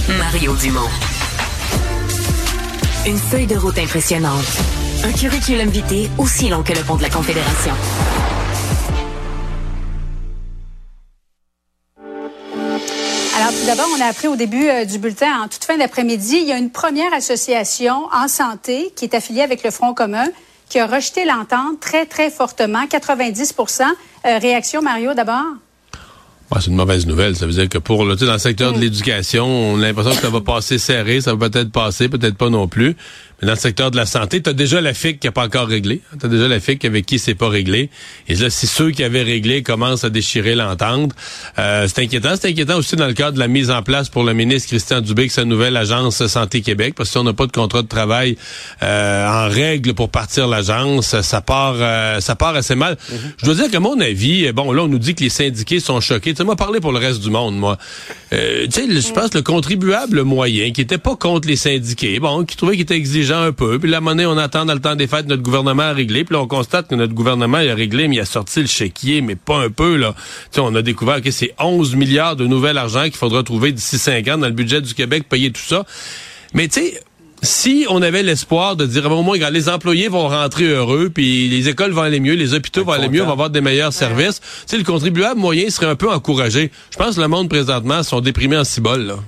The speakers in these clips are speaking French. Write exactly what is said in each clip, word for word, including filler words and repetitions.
Mario Dumont. Une feuille de route impressionnante. Un curriculum vitae aussi long que le pont de la Confédération. Alors, tout d'abord, on a appris au début euh, du bulletin, en toute fin d'après-midi, il y a une première association en santé qui est affiliée avec le Front commun qui a rejeté l'entente très, très fortement, quatre-vingt-dix pour cent. Euh, réaction, Mario, d'abord? Bah, c'est une mauvaise nouvelle. Ça veut dire que pour là, tu sais, dans le secteur mmh. de l'éducation, on a l'impression que ça va passer serré, ça va peut-être passer, peut-être pas non plus. Mais dans le secteur de la santé, tu as déjà la F I C qui n'a pas encore réglé. Tu as déjà la F I C avec qui c'est pas réglé. Et là, si ceux qui avaient réglé commencent à déchirer l'entente, euh, c'est inquiétant. C'est inquiétant aussi dans le cadre de la mise en place pour le ministre Christian Dubé, sa nouvelle agence Santé Québec, parce que si on n'a pas de contrat de travail euh, en règle pour partir l'agence, ça part euh, ça part assez mal. Mm-hmm. Je dois dire qu'à mon avis, bon, là, on nous dit que les syndiqués sont choqués. Tu sais, moi, parler pour le reste du monde, moi. Euh, tu sais, je pense le contribuable moyen, qui était pas contre les syndiqués, bon, qui trouvait qu'il était exigeant un peu, puis la monnaie, on attend dans le temps des fêtes notre gouvernement a réglé, puis là, on constate que notre gouvernement il a réglé, mais il a sorti le chéquier, mais pas un peu, là. Tu sais, on a découvert que c'est onze milliards de nouvel argent qu'il faudra trouver d'ici cinq ans dans le budget du Québec, payer tout ça. Mais tu sais, si on avait l'espoir de dire, au moins, regarde, les employés vont rentrer heureux, puis les écoles vont aller mieux, les hôpitaux vont aller mieux, on va avoir des meilleurs services, tu sais, le contribuable moyen serait un peu encouragé. Je pense que le monde, présentement, sont déprimés en cibole, là.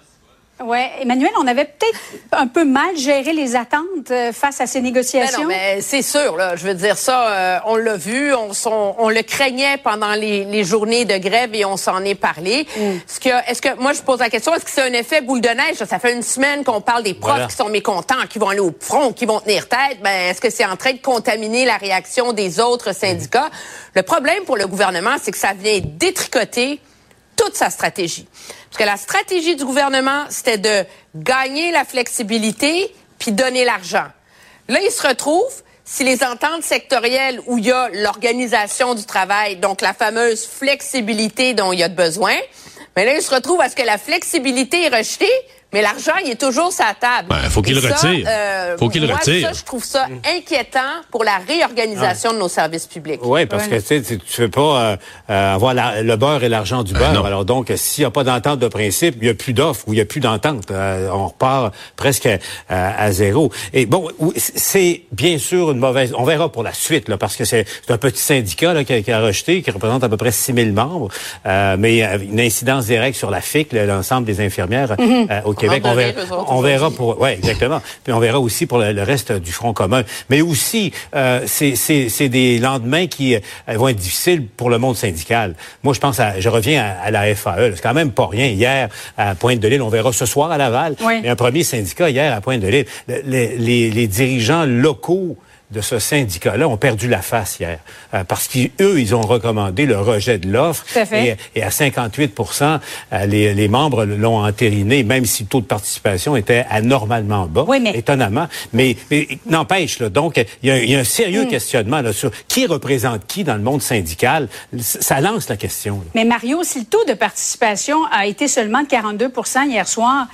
Oui, Emmanuel, on avait peut-être un peu mal géré les attentes euh, face à ces négociations. Ben non, mais c'est sûr, là. Je veux dire ça, euh, on l'a vu, on, on, on le craignait pendant les, les journées de grève et on s'en est parlé. Mm. Est-ce que, est-ce que, moi, je pose la question, est-ce que c'est un effet boule de neige? Ça fait une semaine qu'on parle des profs voilà. qui sont mécontents, qui vont aller au front, qui vont tenir tête. Ben, est-ce que c'est en train de contaminer la réaction des autres syndicats? Mm. Le problème pour le gouvernement, c'est que ça vient détricoter toute sa stratégie. Parce que la stratégie du gouvernement, c'était de gagner la flexibilité puis donner l'argent. Là, il se retrouve, si les ententes sectorielles où il y a l'organisation du travail, donc la fameuse flexibilité dont il y a de besoin, mais là, il se retrouve à ce que la flexibilité est rejetée, mais l'argent, il est toujours sur la table. Ben, faut qu'il le retire. Euh, faut qu'il le retire. Ça, je trouve ça inquiétant pour la réorganisation ouais. de nos services publics. Oui, parce ouais. que tu sais, tu veux pas euh, avoir la, le beurre et l'argent du beurre. Euh, Alors donc, s'il n'y a pas d'entente de principe, il n'y a plus d'offres ou il n'y a plus d'entente. Euh, on repart presque à, à zéro. Et bon, c'est bien sûr une mauvaise... On verra pour la suite, là, parce que c'est, c'est un petit syndicat là, qui, a, qui a rejeté, qui représente à peu près six mille membres, euh, mais une incidence directe sur la F I C, l'ensemble des infirmières mm-hmm. euh, au Québec. On verra, on verra pour, ouais, exactement. Puis on verra aussi pour le, le reste du Front commun. Mais aussi, euh, c'est, c'est, c'est des lendemains qui euh, vont être difficiles pour le monde syndical. Moi, je pense à, je reviens à, à la F A E. C'est quand même pas rien. Hier, à Pointe-de-l'Île, on verra ce soir à Laval. Oui. Il y a un premier syndicat hier à Pointe-de-l'Île. Les, les, les dirigeants locaux de ce syndicat-là ont perdu la face hier. Euh, parce qu'eux, ils ont recommandé le rejet de l'offre. Tout à fait. Et, et à cinquante-huit pour cent, euh, les, les membres l'ont entériné, même si le taux de participation était anormalement bas, oui, mais... étonnamment. Mais, mais n'empêche, là, donc, il y a, y a un sérieux mm. questionnement là, sur qui représente qui dans le monde syndical. Ça lance la question. Là. Mais Mario, si le taux de participation a été seulement de quarante-deux pour cent hier soir,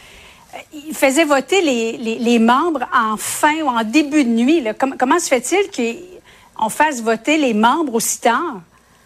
il faisait voter les, les, les membres en fin ou en début de nuit. Là. Comment, comment se fait-il qu'on fasse voter les membres aussi tard?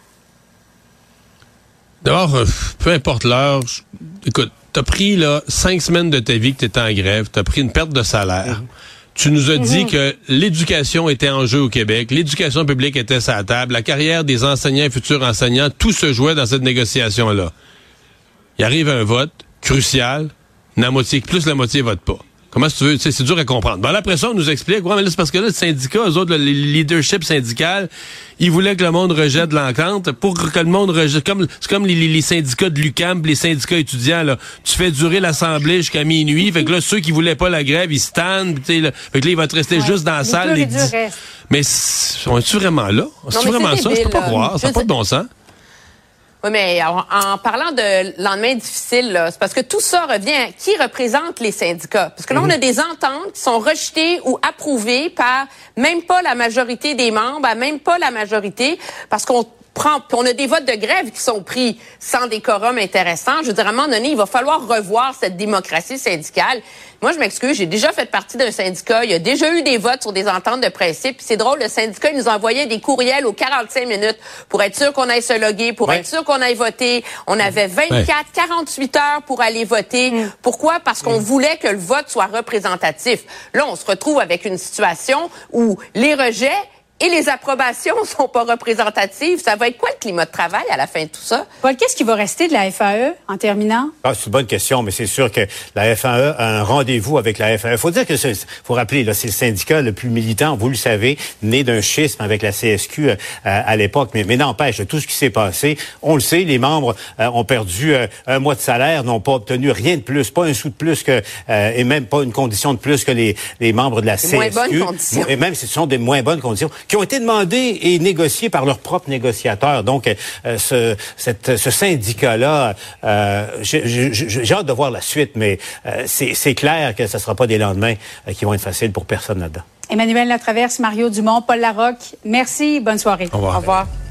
D'abord, euh, peu importe l'heure, je... écoute, t'as pris là cinq semaines de ta vie que t'étais en grève, t'as pris une perte de salaire. Mm-hmm. Tu nous as mm-hmm. dit que l'éducation était en jeu au Québec, l'éducation publique était sur la table, la carrière des enseignants et futurs enseignants, tout se jouait dans cette négociation-là. Il arrive un vote crucial, la moitié, plus la moitié vote pas. Comment tu veux, tu sais, c'est dur à comprendre. Ben, là, après ça, on nous explique, ouais, mais là, c'est parce que là, le syndicat, eux autres, le leadership syndical, ils voulaient que le monde rejette l'entente pour que le monde rejette, comme, c'est comme les, les syndicats de l'U Q A M, les syndicats étudiants, là. Tu fais durer l'assemblée jusqu'à minuit, fait que là, ceux qui voulaient pas la grève, ils se tannent, tu sais, là. Fait que là, il va te rester ouais, juste dans la salle. Les dix... Mais, on est-tu vraiment là? C'est vraiment ça? Je peux pas croire. Ça n'a pas de bon sens. Oui, mais en, en parlant de lendemain difficile, là, c'est parce que tout ça revient à qui représente les syndicats. Parce que là, mm-hmm. on a des ententes qui sont rejetées ou approuvées par même pas la majorité des membres, à même pas la majorité, parce qu'on prend, puis on a des votes de grève qui sont pris sans décorum intéressant. Je veux dire, à un moment donné, il va falloir revoir cette démocratie syndicale. Moi, je m'excuse, j'ai déjà fait partie d'un syndicat. Il y a déjà eu des votes sur des ententes de principe. Puis c'est drôle, le syndicat, il nous envoyait des courriels aux quarante-cinq minutes pour être sûr qu'on aille se loguer, pour ouais. être sûr qu'on aille voter. On avait vingt-quatre, quarante-huit heures pour aller voter. Mm. Pourquoi? Parce qu'on mm. voulait que le vote soit représentatif. Là, on se retrouve avec une situation où les rejets et les approbations sont pas représentatives. Ça va être quoi le climat de travail à la fin de tout ça? Paul, qu'est-ce qui va rester de la F A E en terminant? Ah, c'est une bonne question, mais c'est sûr que la F A E a un rendez-vous avec la F A E. Faut dire que c'est, faut rappeler, là, c'est le syndicat le plus militant, vous le savez, né d'un schisme avec la C S Q euh, à l'époque. Mais, mais n'empêche, tout ce qui s'est passé, on le sait, les membres euh, ont perdu euh, un mois de salaire, n'ont pas obtenu rien de plus, pas un sou de plus que, euh, et même pas une condition de plus que les, les membres de la C S Q. Moins bonnes conditions. Et même, ce sont des moins bonnes conditions qui ont été demandées et négociées par leurs propres négociateurs. Donc, euh, ce, cette, ce syndicat-là, euh, j'ai, j'ai, j'ai hâte de voir la suite, mais euh, c'est, c'est clair que ce ne sera pas des lendemains euh, qui vont être faciles pour personne là-dedans. Emmanuel Latraverse, Mario Dumont, Paul Larocque, merci, bonne soirée. Au revoir. Au revoir.